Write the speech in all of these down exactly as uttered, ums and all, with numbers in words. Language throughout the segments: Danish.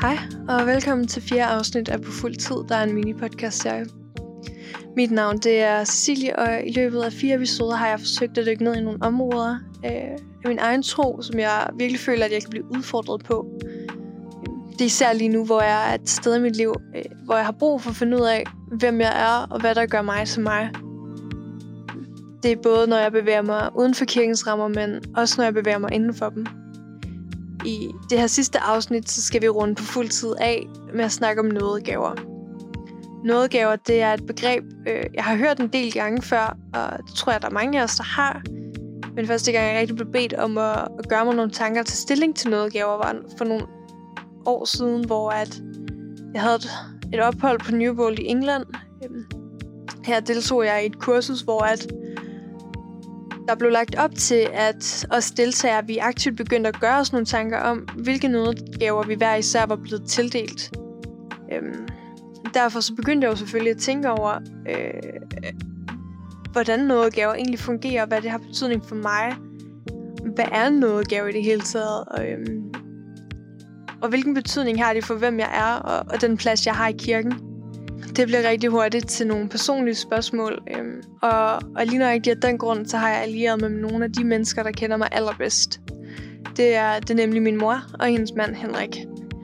Hej, og velkommen til fjerde afsnit af På Fuld Tid, der er en mini-podcast-serie. Mit navn det er Cecilie, og i løbet af fire episoder har jeg forsøgt at dykke ned i nogle områder øh, af min egen tro, som jeg virkelig føler, at jeg kan blive udfordret på. Det er især lige nu, hvor jeg er et sted i mit liv, øh, hvor jeg har brug for at finde ud af, hvem jeg er, og hvad der gør mig til mig. Det er både, når jeg bevæger mig uden for kirkens rammer, men også når jeg bevæger mig inden for dem. I det her sidste afsnit, så skal vi runde på fuld tid af med at snakke om nådegaver. Nådegaver, det er et begreb, øh, jeg har hørt en del gange før, og det tror jeg, der er mange af os, der har. Men første gang, jeg rigtig blev bedt om at, at gøre mig nogle tanker til stilling til nådegaver, var for nogle år siden, hvor at jeg havde et, et ophold på Newbold i England. Her deltog jeg i et kursus, hvor at der blev lagt op til, at os deltagere, vi aktivt begyndte at gøre os nogle tanker om, hvilke nådegaver vi hver især var blevet tildelt. Øhm, derfor så begyndte jeg jo selvfølgelig at tænke over, øh, hvordan nådegaver egentlig fungerer, og hvad det har betydning for mig. Hvad er en nådegave i det hele taget? Og, øhm, og hvilken betydning har det for, hvem jeg er, og, og den plads, jeg har i kirken? Det bliver rigtig hurtigt til nogle personlige spørgsmål. Øhm, og, og lige nøjagtigt af den grund, så har jeg allieret mig med nogle af de mennesker, der kender mig allerbedst. Det er, det er nemlig min mor og hendes mand Henrik.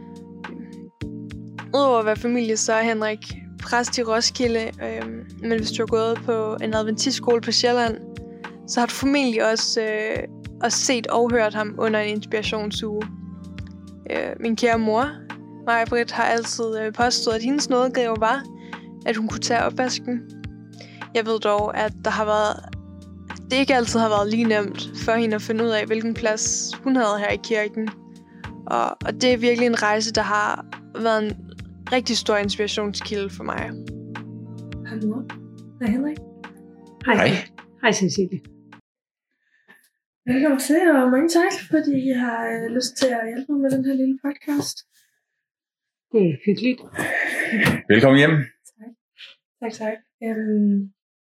Udover at være familie, så er Henrik præst i Roskilde. Øhm, men hvis du har gået på en adventistskole på Sjælland, så har du formentlig også, øh, også set og hørt ham under en inspirationsuge. Øh, min kære mor, Maja-Britt, har altid øh, påstået, at hendes nådegave var, at hun kunne tage opvasken. Jeg ved dog, at der har været, det ikke altid har været lige nemt for hende at finde ud af, hvilken plads hun havde her i kirken. Og, og det er virkelig en rejse, der har været en rigtig stor inspirationskilde for mig. Hej mor. Hej Henrik. Hej. Hej. Hej Cecilie. Velkommen til, og mange tak, fordi I har lyst til at hjælpe mig med den her lille podcast. Det er hyggeligt. Velkommen hjem. Tak. Tak, tak. Um,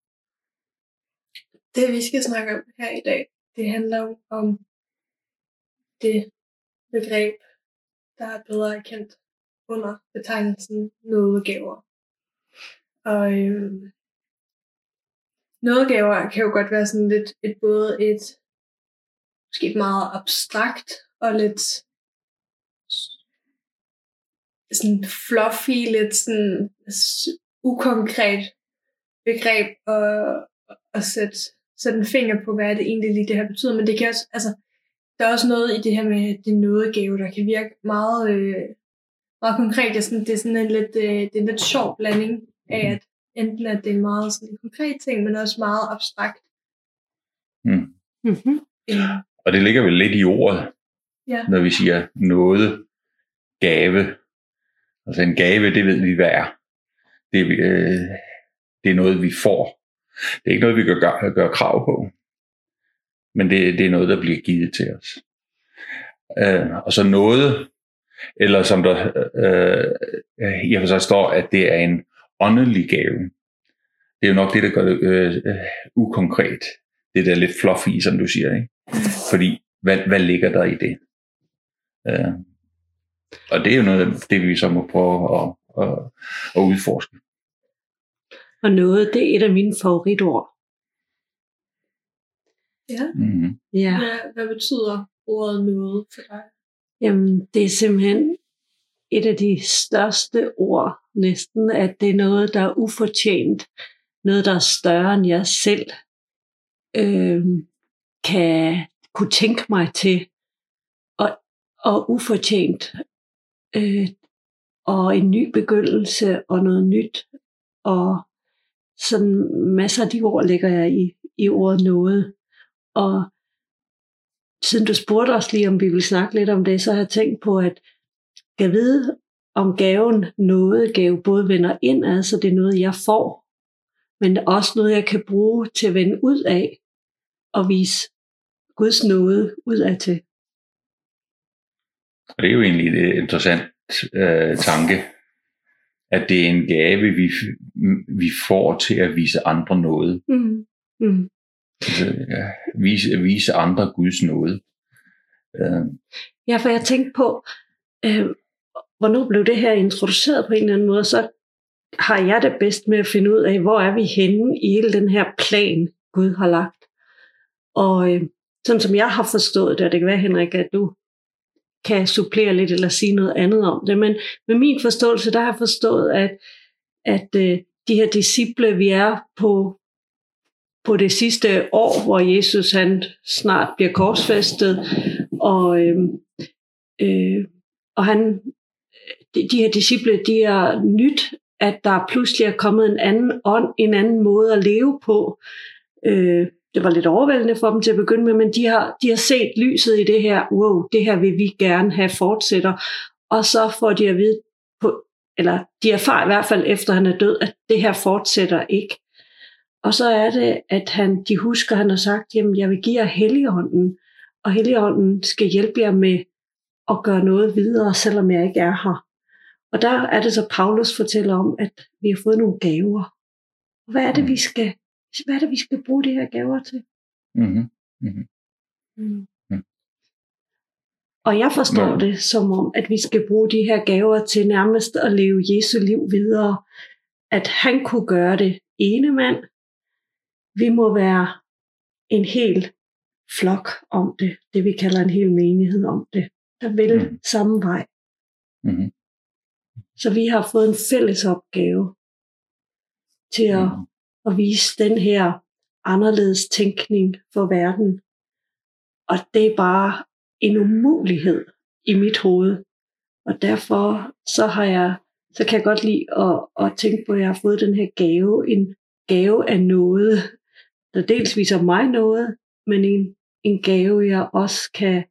det vi skal snakke om her i dag, det handler om det begreb, der er bedre kendt under betegnelsen nådegaver. Og øhm, nådegaver kan jo godt være sådan lidt et, både et, måske et meget abstrakt og lidt sådan fluffy, lidt sådan ukonkret begreb at, at sætte, sætte en finger på, hvad det egentlig lige det her betyder. Men det kan også, altså, der er også noget i det her med det nådegave, der kan virke meget, øh, meget konkret. Det er sådan, det er sådan en lidt, øh, det er en lidt sjov blanding af, at enten at det er en meget sådan konkret ting, men også meget abstrakt. Mm. Mm-hmm. Ja. Og det ligger vel lidt i ordet, ja. Når vi siger nåde, gave. Altså en gave, det ved vi, hvad er. Det, øh, det er noget, vi får. Det er ikke noget, vi kan gøre, gøre krav på. Men det, det er noget, der bliver givet til os. Øh, og så noget, eller som der øh, i og for sig står, at det er en åndelig gave. Det er jo nok det, der gør det øh, øh, ukonkret. Det der lidt fluffy, som du siger, ikke? Fordi, hvad, hvad ligger der i det? Øh, og det er jo noget af det, vi så må prøve at, at, at udforske. Og noget, det er et af mine favoritord. Ja. Mm-hmm. Ja. Hvad, hvad betyder ordet noget for dig? Jamen, det er simpelthen et af de største ord næsten, at det er noget, der er ufortjent. Noget, der er større end jeg selv øh, kan kunne tænke mig til. Og, og ufortjent. Øh, og en ny begyndelse og noget nyt. Og sådan masser af de ord lægger jeg i, i ordet noget. Og siden du spurgte os lige, om vi ville snakke lidt om det, så har jeg tænkt på, at jeg ved, om gaven nådegave både vender indad, så det er noget, jeg får, men også noget, jeg kan bruge til at vende ud af og vise Guds nåde udad til. Og det er jo egentlig et interessant øh, tanke, at det er en gave, vi, vi får til at vise andre noget. Mm. Mm. Altså, ja, vise, vise andre Guds nåde. Øh. Ja, for jeg tænkte på, øh, hvornår blev det her introduceret på en eller anden måde, så har jeg det bedst med at finde ud af, hvor er vi henne i hele den her plan, Gud har lagt. Og øh, sådan som jeg har forstået det, og det kan være, Henrik, at du kan supplere lidt eller sige noget andet om det, men med min forståelse, der har jeg forstået, at, at øh, de her disciple, vi er på, på det sidste år, hvor Jesus han snart bliver korsfæstet, og, øh, øh, og han, de, de her disciple, de er nyt, at der pludselig er kommet en anden ånd, en anden måde at leve på. Øh, det var lidt overvældende for dem til at begynde med, men de har, de har set lyset i det her, wow, det her vil vi gerne have fortsætter, og så får de at vide, på, eller de erfarer i hvert fald efter han er død, at det her fortsætter ikke. Og så er det, at han, de husker, han har sagt, jamen jeg vil give jer Helligånden, og Helligånden skal hjælpe jer med at gøre noget videre, selvom jeg ikke er her. Og der er det så, Paulus fortæller om, at vi har fået nogle gaver. Og hvad er det, vi skal, hvad er det, vi skal bruge de her gaver til? Mm-hmm. Mm-hmm. Mm. Mm. Og jeg forstår mm. det som om, at vi skal bruge de her gaver til nærmest at leve Jesu liv videre. At han kunne gøre det ene mand. Vi må være en hel flok om det. Det vi kalder en hel menighed om det. Der vil mm. samme vej. Mm-hmm. Så vi har fået en fælles opgave til at, mm. at vise den her anderledes tænkning for verden. Og det er bare en umulighed i mit hoved. Og derfor så har jeg, så kan jeg godt lide at, at tænke på, at jeg har fået den her gave, en gave af noget, der dels viser mig noget, men en, en gave, jeg også kan,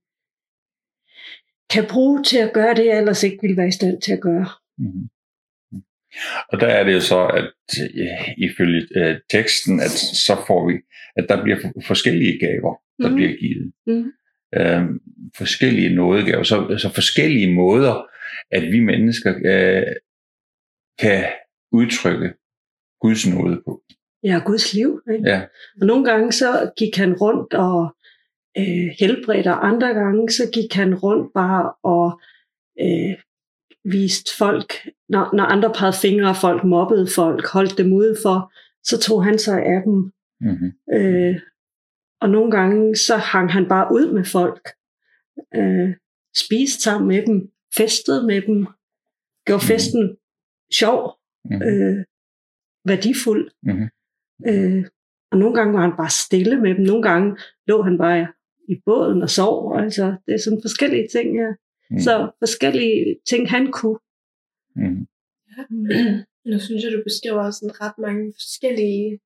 kan bruge til at gøre det, jeg ellers ikke ville være i stand til at gøre. Mm-hmm. Og der er det jo så, at ja, ifølge øh, teksten, at så får vi, at der bliver forskellige gaver, der mm. bliver givet. Mm. Øh, forskellige nådegaver, så, så forskellige måder, at vi mennesker øh, kan udtrykke Guds nåde på. Ja, Guds liv. Ikke? Ja. Og nogle gange så gik han rundt og øh, helbredte, og andre gange så gik han rundt bare og øh, viste folk, når, når andre pegede fingre, folk mobbede folk, holdt dem udenfor, så tog han sig af dem. Mm-hmm. Øh, og nogle gange så hang han bare ud med folk, øh, spiste sammen med dem, festede med dem, gjorde mm-hmm. festen sjov, mm-hmm. øh, værdifuld. Mm-hmm. Øh, og nogle gange var han bare stille med dem, nogle gange lå han bare i båden og sov. Altså, det er sådan forskellige ting, ja. Mm. Så forskellige ting, han kunne. Mm. Ja. Nu synes jeg, du beskriver sådan ret mange forskellige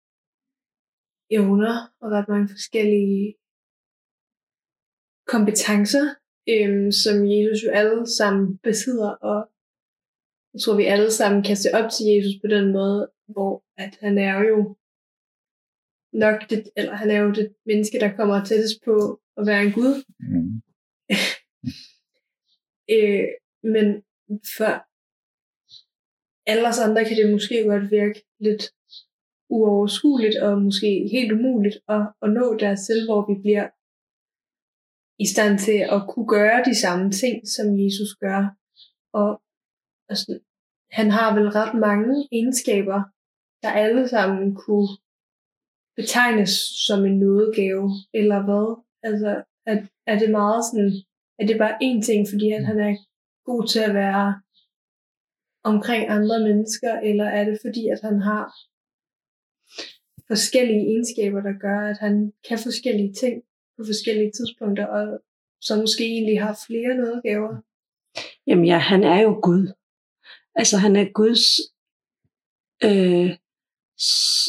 evner og ret mange forskellige kompetencer, øhm, som Jesus jo alle sammen besidder, og jeg tror, vi alle sammen kan se op til Jesus på den måde, hvor at han er jo nok det, eller han er jo det menneske, der kommer tættest på at være en Gud. Mm. øh, men for alle os andre kan det måske godt virke lidt uoverskueligt og måske helt umuligt at, at nå dertil, hvor vi bliver i stand til at kunne gøre de samme ting, som Jesus gør. Og altså, han har vel ret mange egenskaber, der alle sammen kunne betegnes som en nådegave, eller hvad? Altså, er, er det meget sådan, er det bare én ting, fordi at han er god til at være omkring andre mennesker, eller er det fordi, at han har forskellige egenskaber, der gør, at han kan forskellige ting på forskellige tidspunkter, og så måske egentlig har flere nådegaver? Jamen ja, han er jo Gud. Altså han er Guds øh, s,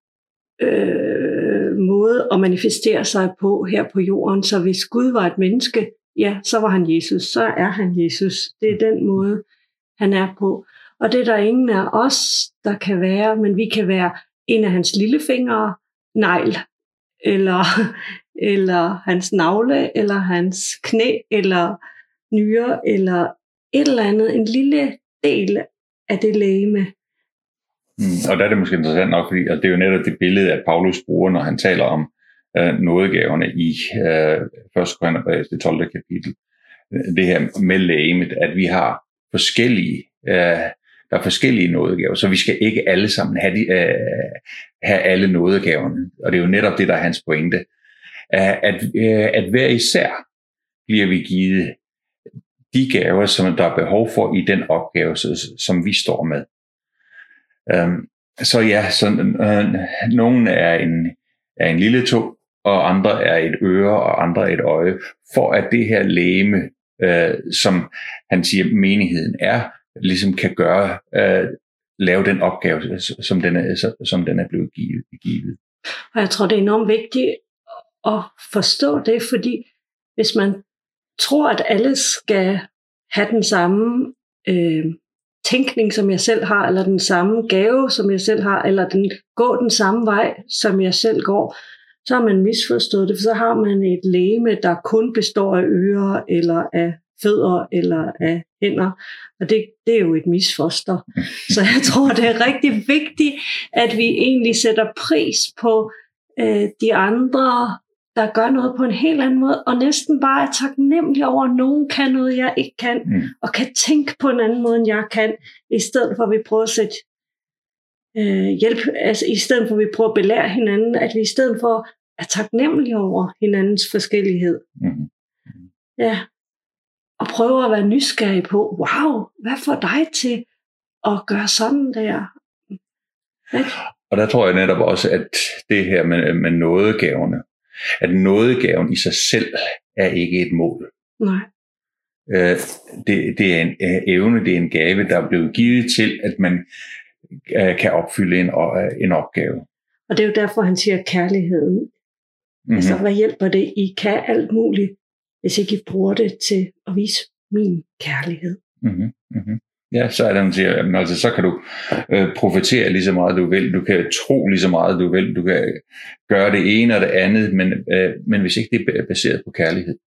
øh, måde at manifestere sig på her på jorden. Så hvis Gud var et menneske, ja, så var han Jesus. Så er han Jesus. Det er den måde, han er på. Og det er der ingen af os, der kan være, men vi kan være en af hans lillefingre, negl, eller, eller hans navle, eller hans knæ, eller nyre, eller et eller andet, en lille del af det legeme. Mm, og der er det måske interessant nok, fordi og det er jo netop det billede, at Paulus bruger, når han taler om øh, nådegaverne i øh, første Korintherbrev, det tolvte kapitel. Det her med legemet, at vi har forskellige, øh, der er forskellige nådegaver, så vi skal ikke alle sammen have, de, øh, have alle nådegaverne. Og det er jo netop det, der er hans pointe. At, øh, at hver især bliver vi givet de gaver, som der er behov for i den opgave, som vi står med. Um, så ja, så, øh, nogen er en, er en lille tog, og andre er et øre, og andre et øje, for at det her legeme, øh, som han siger, menigheden er, ligesom kan gøre, øh, lave den opgave, som den er, som den er blevet givet, givet. Og jeg tror, det er enormt vigtigt at forstå det, fordi hvis man tror, at alle skal have den samme øh, tænkning, som jeg selv har, eller den samme gave, som jeg selv har, eller den, gå den samme vej, som jeg selv går, så har man misforstået det, for så har man et legeme, der kun består af ører, eller af fødder, eller af hænder, og det, det er jo et misfoster. Så jeg tror, det er rigtig vigtigt, at vi egentlig sætter pris på øh, de andre, der gør noget på en helt anden måde, og næsten bare er taknemmelig over, at nogen kan noget, jeg ikke kan, mm. og kan tænke på en anden måde, end jeg kan, i stedet for, at vi prøver at sætte øh, hjælp, altså i stedet for, at vi prøver at belære hinanden, at vi i stedet for er taknemmelige over hinandens forskellighed. Mm. Ja. Og prøver at være nysgerrig på, wow, hvad får dig til at gøre sådan der? Ja. Og der tror jeg netop også, at det her med, med nådegaverne, at nådegaven i sig selv er ikke et mål. Nej. Øh, det, det er en evne, det er en gave, der er blevet givet til, at man øh, kan opfylde en, en opgave. Og det er jo derfor, han siger kærligheden. Mm-hmm. Altså, hvad hjælper det? I kan alt muligt, hvis ikke I bruger det til at vise min kærlighed. Mm-hmm. Mm-hmm. Ja, så er det, man siger, altså, så kan du øh, profetere lige så meget, du vil. Du kan tro lige så meget, du vil. Du kan gøre det ene og det andet, men, øh, men hvis ikke det er baseret på kærlighed,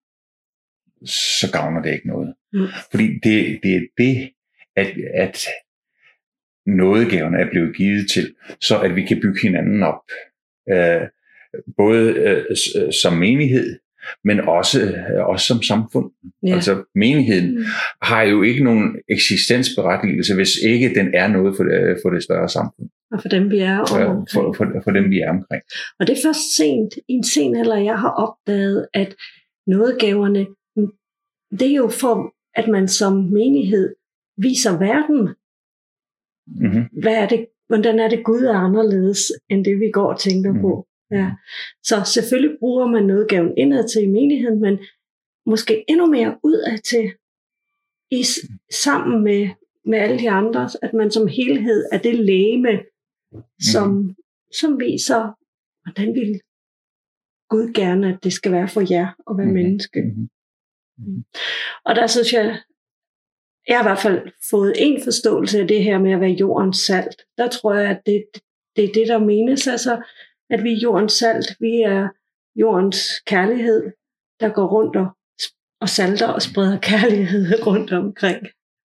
så gavner det ikke noget. Mm. Fordi det, det er det, at, at nådegaverne er blevet givet til, så at vi kan bygge hinanden op. Øh, både øh, som menighed, men også, også som samfund. Ja. Altså menigheden mm. har jo ikke nogen eksistensberettigelse, hvis ikke den er noget for det, for det større samfund. Og for dem vi er omkring. For, for, for dem vi er omkring. Og det er først sent, i en sen alder, jeg har opdaget, at nådegaverne, det er jo for, at man som menighed viser verden. Mm-hmm. Hvad er det, hvordan er det Gud er anderledes, end det vi går og tænker mm-hmm. på. Ja. Så selvfølgelig bruger man nådegaven indad til i menigheden, men måske endnu mere udad til, i, sammen med, med alle de andre, at man som helhed er det legeme, som, mm. som viser, hvordan vil Gud gerne, at det skal være for jer at være mm. menneske. Mm. Og der synes jeg, jeg har i hvert fald fået en forståelse af det her med at være jordens salt. Der tror jeg, at det, det er det, der menes, altså at vi er jordens salt, vi er jordens kærlighed, der går rundt og, og salter og spreder kærlighed rundt omkring.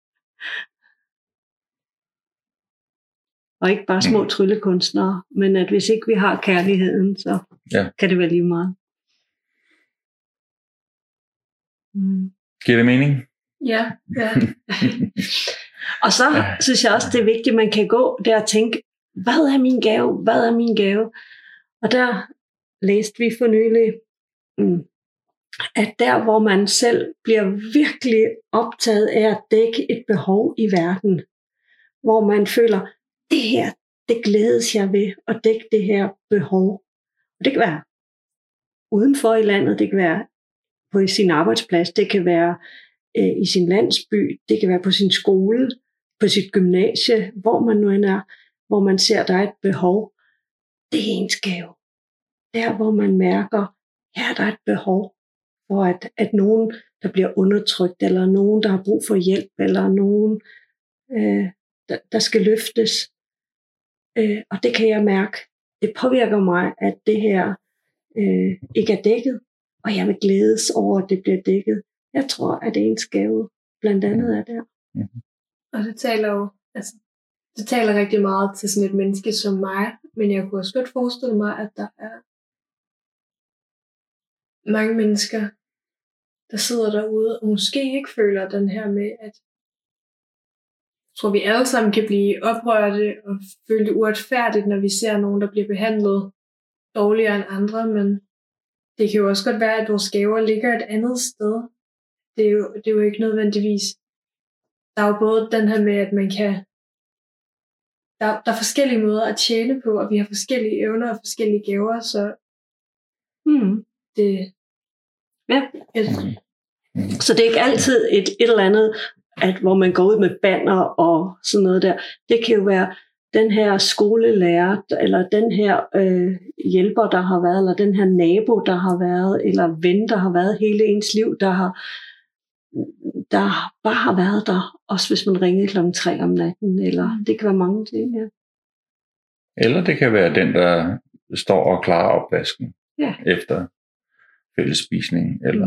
Og ikke bare små tryllekunstnere, men at hvis ikke vi har kærligheden, så ja. Kan det være lige meget. Mm. Giver det mening? Ja. ja. Og så ja. Synes jeg også, det er vigtigt, at man kan gå der og tænke, hvad er min gave? Hvad er min gave? Og der læste vi for nylig, at der, hvor man selv bliver virkelig optaget af at dække et behov i verden, hvor man føler, det her, det glædes jeg ved at dække det her behov. Og det kan være udenfor i landet, det kan være på sin arbejdsplads, det kan være øh, i sin landsby, det kan være på sin skole, på sit gymnasie, hvor man nu end er, hvor man ser, der er et behov. Det er ens gave. Der, hvor man mærker, her der er et behov for, at, at nogen, der bliver undertrykt, eller nogen, der har brug for hjælp, eller nogen, øh, der, der skal løftes. Øh, og det kan jeg mærke. Det påvirker mig, at det her øh, ikke er dækket, og jeg vil glædes over, at det bliver dækket. Jeg tror, at ens gave blandt andet er der. Mm-hmm. Og det taler jo, altså, det taler rigtig meget til sådan et menneske som mig, men jeg kunne også godt forestille mig, at der er mange mennesker, der sidder derude, og måske ikke føler den her med, at Jeg tror, vi alle sammen kan blive oprørte og føle det uretfærdigt, når vi ser nogen, der bliver behandlet dårligere end andre, men det kan jo også godt være, at vores gaver ligger et andet sted. Det er jo, det er jo ikke nødvendigvis. Der er jo både den her med, at man kan... Der, der er forskellige måder at tjene på, og vi har forskellige evner og forskellige gaver, så Mm. det... Ja. Et, Så det er ikke altid et, et eller andet, at hvor man går ud med banner og sådan noget der. Det kan jo være den her skolelærer, eller den her øh, hjælper, der har været, eller den her nabo, der har været, eller ven, der har været hele ens liv, der har der bare har været der, også hvis man ringede klokken tre om natten, eller det kan være mange ting, ja. Eller det kan være den, der står og klarer opvasken Ja. efter fællesspisning. Eller,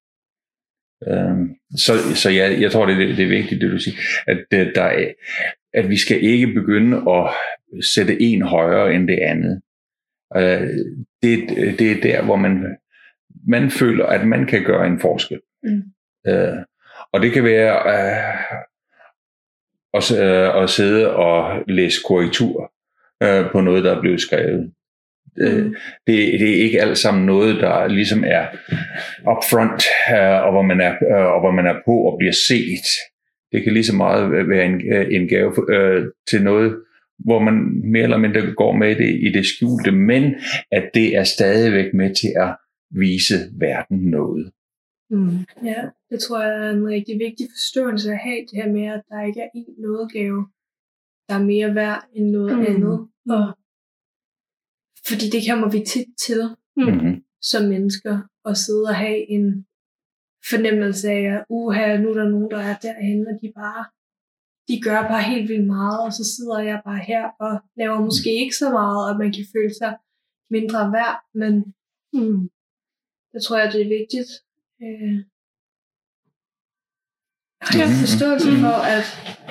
øhm, så så ja, jeg tror, det er, det er vigtigt, det du siger, at, det, der er, at vi skal ikke begynde at sætte en højere end det andet. Øh, det, det er der, hvor man, man føler, at man kan gøre en forskel. Mm. Øh, og det kan være øh, at, øh, at sidde og læse korrektur øh, på noget, der er blevet skrevet. Mm. Øh, det, det er ikke alt sammen noget, der ligesom er upfront, øh, og, hvor man er, øh, og hvor man er på og bliver set. Det kan lige så meget være en, en gave øh, til noget, hvor man mere eller mindre går med det i det skjulte, men at det er stadigvæk med til at vise verden noget. Mm. ja, det tror jeg er en rigtig vigtig forståelse at have, det her med, at der ikke er en nådegave, der er mere værd end noget Mm. andet. Og fordi det kommer vi tit til Mm-hmm. som mennesker, at sidde og have en fornemmelse af, at uha, nu er der nogen, der er derhenne, og de bare, de gør bare helt vildt meget, og så sidder jeg bare her og laver måske ikke så meget, og man kan føle sig mindre værd, men Mm. det tror jeg, det er vigtigt. Øh, jeg har Mhm. forståelse for, at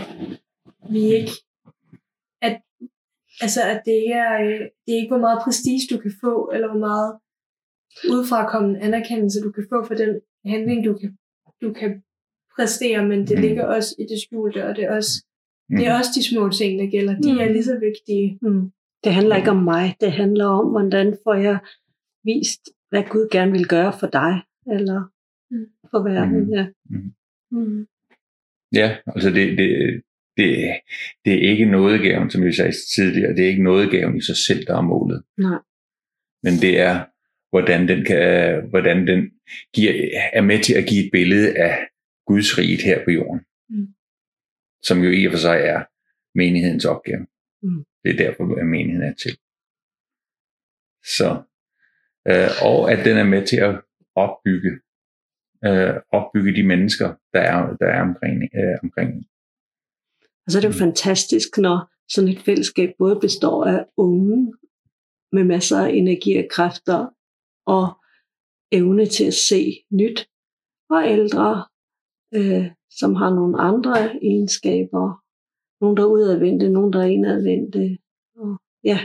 vi ikke, at, altså, at det ikke er, øh, det er ikke, hvor meget prestige du kan få, eller hvor meget udefrakommende anerkendelse du kan få for den handling, du kan, du kan præstere, men det Mhm. ligger også i det skjulte, og det er også, det Mm-hmm. er også de små ting, der gælder. De er Mhm. lige så vigtige. Mm. Det handler ikke om mig, det handler om, hvordan får jeg vist, hvad Gud gerne vil gøre for dig, eller Mm. for verden. Mhm. Ja. Mhm. Mm. Ja, altså det, det, det, det er ikke nådegaven, som vi sagde tidligere, det er ikke nådegaven i sig selv, der er målet. Nej. Men det er, hvordan den, kan, hvordan den giver, er med til at give et billede af Guds rige her på jorden. Mm. Som jo i og for sig er menighedens opgave. Mm. Det er derfor, at menigheden er til. Så, øh, og at den er med til at opbygge, øh, opbygge de mennesker, der er, der er omkring, øh, omkring. Altså det er jo fantastisk, når sådan et fællesskab både består af unge med masser af energi og kræfter og evne til at se nyt, og ældre, øh, som har nogle andre egenskaber. Nogle, der er udadvendte, nogle, der er indadvendte. Og ja,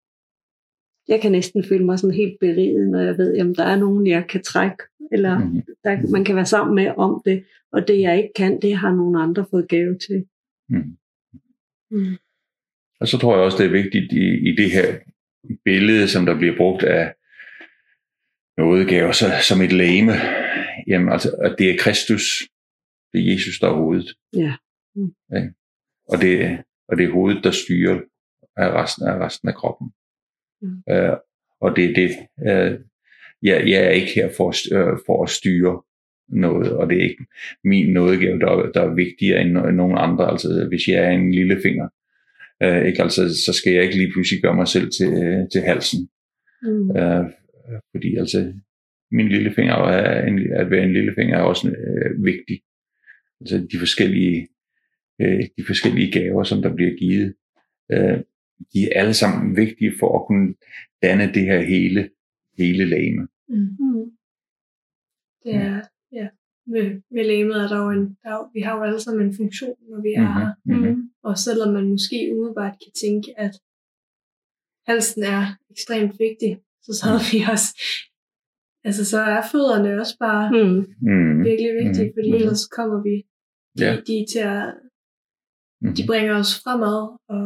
jeg kan næsten føle mig sådan helt beriget, når jeg ved, at der er nogen, jeg kan trække, eller Mm-hmm. der, man kan være sammen med om det, og det, jeg ikke kan, det har nogle andre fået gave til. Mm. Mm. Og så tror jeg også, det er vigtigt i, i det her billede, som der bliver brugt af nådegaver, så, som et legeme, jamen altså, at det er Kristus, det er Jesus, der er hovedet. Ja. Mm. Ja. Og, det, og det er hovedet, der styrer af resten af, resten af kroppen. Mm. Uh, og det er det, uh, jeg, jeg er ikke her for, uh, for at styre noget, og det er ikke min nådegave, der, der er vigtigere end nogen andre. Altså, hvis jeg er en lillefinger, uh, ikke, altså, så skal jeg ikke lige pludselig gøre mig selv til, til halsen. Mm. Uh, fordi altså, min lillefinger er en, at være en lillefinger er også uh, vigtig. Altså de forskellige, uh, de forskellige gaver, som der bliver givet, uh, de er alle sammen vigtige for at kunne danne det her hele, hele legeme. Mm. Mm. Det er, ja, ved, ved legemet er der jo en, der er, jo- vi har jo alle sammen en funktion, når vi er Mhm, her. mhm. Mm. Og selvom man måske umiddelbart kan tænke, at halsen er ekstremt vigtig, så så er vi også, altså så er fødderne også bare Mm. Mm. virkelig vigtige, Mhm, fordi mhm. ellers kommer vi, de, Ja. de er til at, Mm-hmm. De bringer os fremad. Og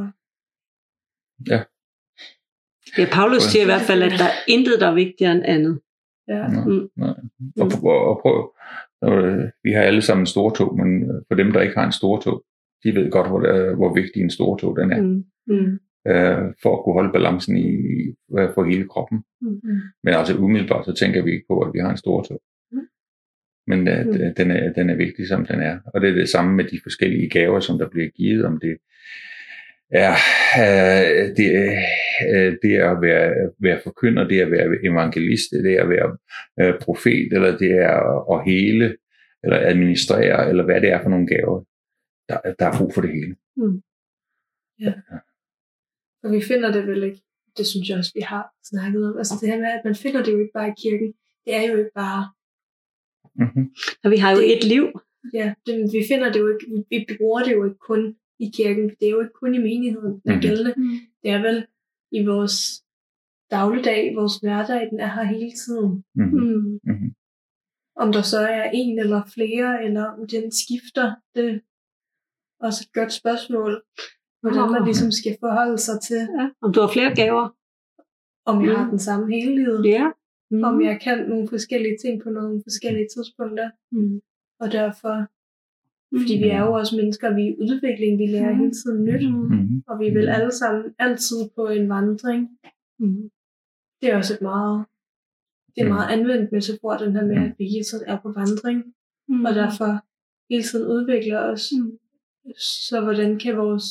Ja. Ja, Paulus siger i hvert fald, at der er intet, der er vigtigere end andet. ja. Nej, Mm. nej. Og, og, og prøv, øh, vi har alle sammen en stortog, men for dem, der ikke har en stortog, de ved godt, hvor, der, hvor vigtig en stortog den er, Mm. Mm. øh, for at kunne holde balancen i, for hele kroppen. Mm. Men altså umiddelbart, så tænker vi ikke på, at vi har en stortog. Mm. Men øh, Mm. den, er, den er vigtig, som den er. Og det er det samme med de forskellige gaver, som der bliver givet, om det er, øh, det, øh, det er at være, være forkynder, det er at være evangelist, det er at være øh, profet, eller det er at hele, eller administrere, eller hvad det er for nogle gaver. Der, der er brug for det hele. Mm. Ja. Og vi finder det vel ikke, det synes jeg også, vi har snakket om. Altså det her med, at man finder det jo ikke bare i kirken. Det er jo ikke bare, Mm-hmm. Og vi har jo Det- et liv. ja, det, vi finder det jo ikke, vi bruger det jo ikke kun i kirken. Det er jo ikke kun i menigheden, der er Mhm. gældende. Det er vel i vores dagligdag, vores hverdag, den er her hele tiden. Mm-hmm. Mm. Mm-hmm. Om der så er en eller flere, eller om den skifter, det er også et godt spørgsmål. Hvordan man Åh. ligesom skal forholde sig til, Ja. Om du har flere gaver. om jeg Mm. har den samme hele livet. Ja. Mm. Om jeg kan nogle forskellige ting på nogle forskellige tidspunkter. Mm. Og derfor, fordi vi er jo også mennesker, vi er i udvikling, vi lærer Mm. hele tiden nyt. Mm-hmm. Og vi vil alle sammen altid på en vandring. Mm. Det er også et meget, det er Mm. meget anvendt metafor, den her med, at vi hele tiden er på vandring. Mm. Og derfor hele tiden udvikler os. Mm. Så hvordan kan vores...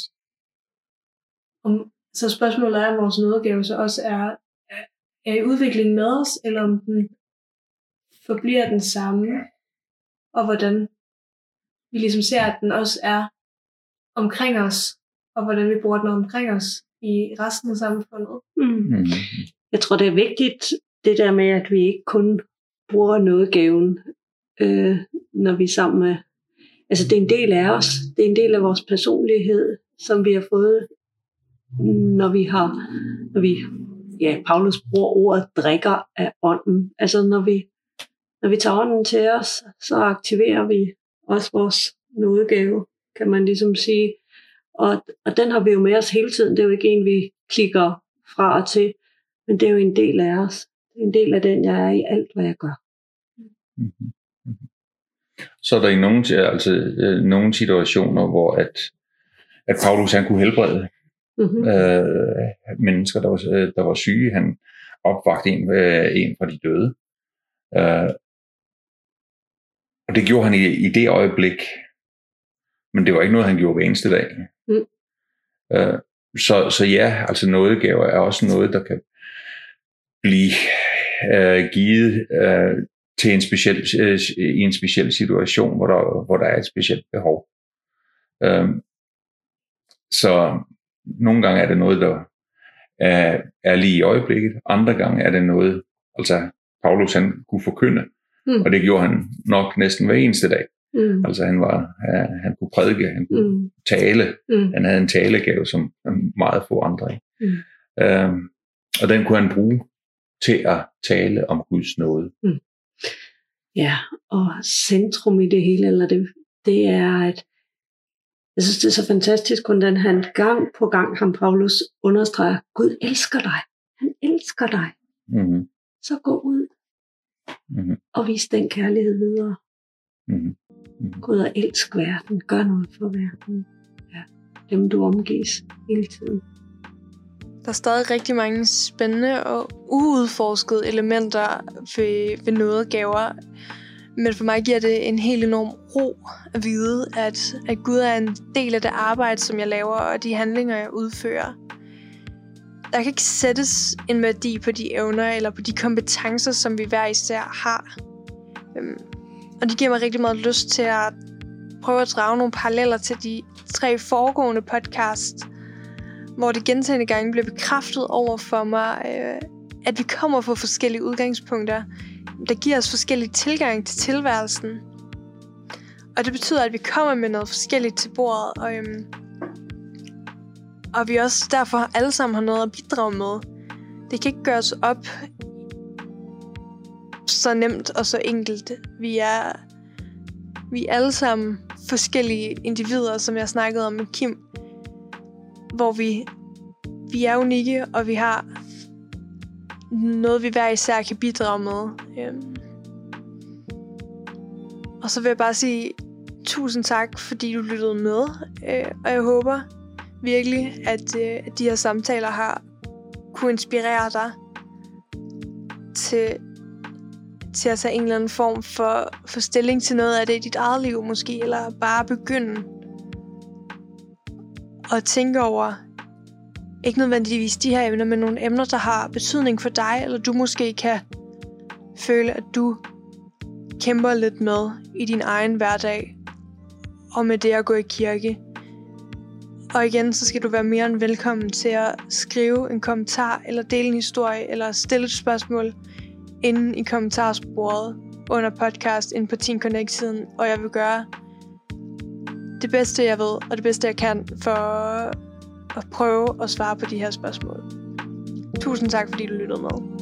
Om, så spørgsmålet er, om vores nådegave så også er, er, er i udvikling med os, eller om den forbliver den samme, og hvordan vi ligesom ser, at den også er omkring os, og hvordan vi bruger den omkring os i resten af samfundet. Mm. Mm-hmm. Jeg tror, det er vigtigt, det der med, at vi ikke kun bruger nådegaven, øh, når vi er sammen med... Altså, det er en del af os. Det er en del af vores personlighed, som vi har fået, når vi har... Når vi, ja, Paulus bruger ordet drikker af ånden. Altså, når vi, når vi tager ånden til os, så aktiverer vi også vores nådegave, kan man ligesom sige. Og, og den har vi jo med os hele tiden. Det er jo ikke en, vi klikker fra og til, men det er jo en del af os. Det er en del af den, jeg er i alt, hvad jeg gør. Mm-hmm. Så er der i nogle, altså, øh, nogle situationer, hvor at, at Paulus han kunne helbrede Mm-hmm. øh, mennesker, der var, der var syge. Han opvagte en, øh, en fra de døde. Øh, og det gjorde han i, i det øjeblik. Men det var ikke noget, han gjorde hver eneste dag. Mm. Øh, så, så ja, altså nådegaver er også noget, der kan blive øh, givet øh, til en speciel, øh, i en speciel situation, hvor der, hvor der er et specielt behov. Øh, så nogle gange er det noget, der er, er lige i øjeblikket. Andre gange er det noget, altså Paulus han kunne forkynde, Mm. og det gjorde han nok næsten hver eneste dag. Mm. Altså han var, han, han kunne prædike, han kunne Mm. tale, Mm. han havde en talegave, som meget få andre ikke. Mm. Øhm, og den kunne han bruge til at tale om Guds nåde. Mm. Ja, og centrum i det hele, eller det, det er, at jeg synes, det er så fantastisk, hvordan han gang på gang, ham Paulus understreger, Gud elsker dig. Han elsker dig. Mm-hmm. Så gå ud Mm-hmm. og vis den kærlighed videre. Mm-hmm. Mm-hmm. Gå ud og elsk verden. Gør noget for verden. Ja, dem du omgives hele tiden. Der er stadig rigtig mange spændende og uudforskede elementer ved, ved nådegaver. Men for mig giver det en helt enorm ro at vide, at, at Gud er en del af det arbejde, som jeg laver, og de handlinger, jeg udfører. Der kan ikke sættes en værdi på de evner eller på de kompetencer, som vi hver især har. Øhm, og det giver mig rigtig meget lyst til at prøve at drage nogle paralleller til de tre foregående podcast, hvor det gentagne gange bliver bekræftet over for mig, øh, at vi kommer fra forskellige udgangspunkter, der giver os forskellige tilgang til tilværelsen. Og det betyder, at vi kommer med noget forskelligt til bordet, og, øhm, og vi også derfor alle sammen har noget at bidrage med. Det kan ikke gøres op så nemt og så enkelt. Vi er, vi er alle sammen forskellige individer, som jeg snakkede om med Kim, hvor vi, vi er unikke, og vi har noget, vi hver især kan bidrage med. Øhm. Og så vil jeg bare sige tusind tak, fordi du lyttede med, øh, og jeg håber virkelig, at, øh, at de her samtaler har kunne inspirere dig til, til at tage en eller anden form for, for stilling til noget af det i dit eget liv måske, eller bare begynde at tænke over, ikke nødvendigvis de her emner, men nogle emner, der har betydning for dig, eller du måske kan føle, at du kæmper lidt med i din egen hverdag, og med det at gå i kirke. Og igen, så skal du være mere end velkommen til at skrive en kommentar, eller dele en historie, eller stille et spørgsmål inde i kommentarsporet under podcast inde på Teen Connect-siden, og jeg vil gøre det bedste, jeg ved, og det bedste, jeg kan, for at prøve at svare på de her spørgsmål. Tusind tak, fordi du lyttede med.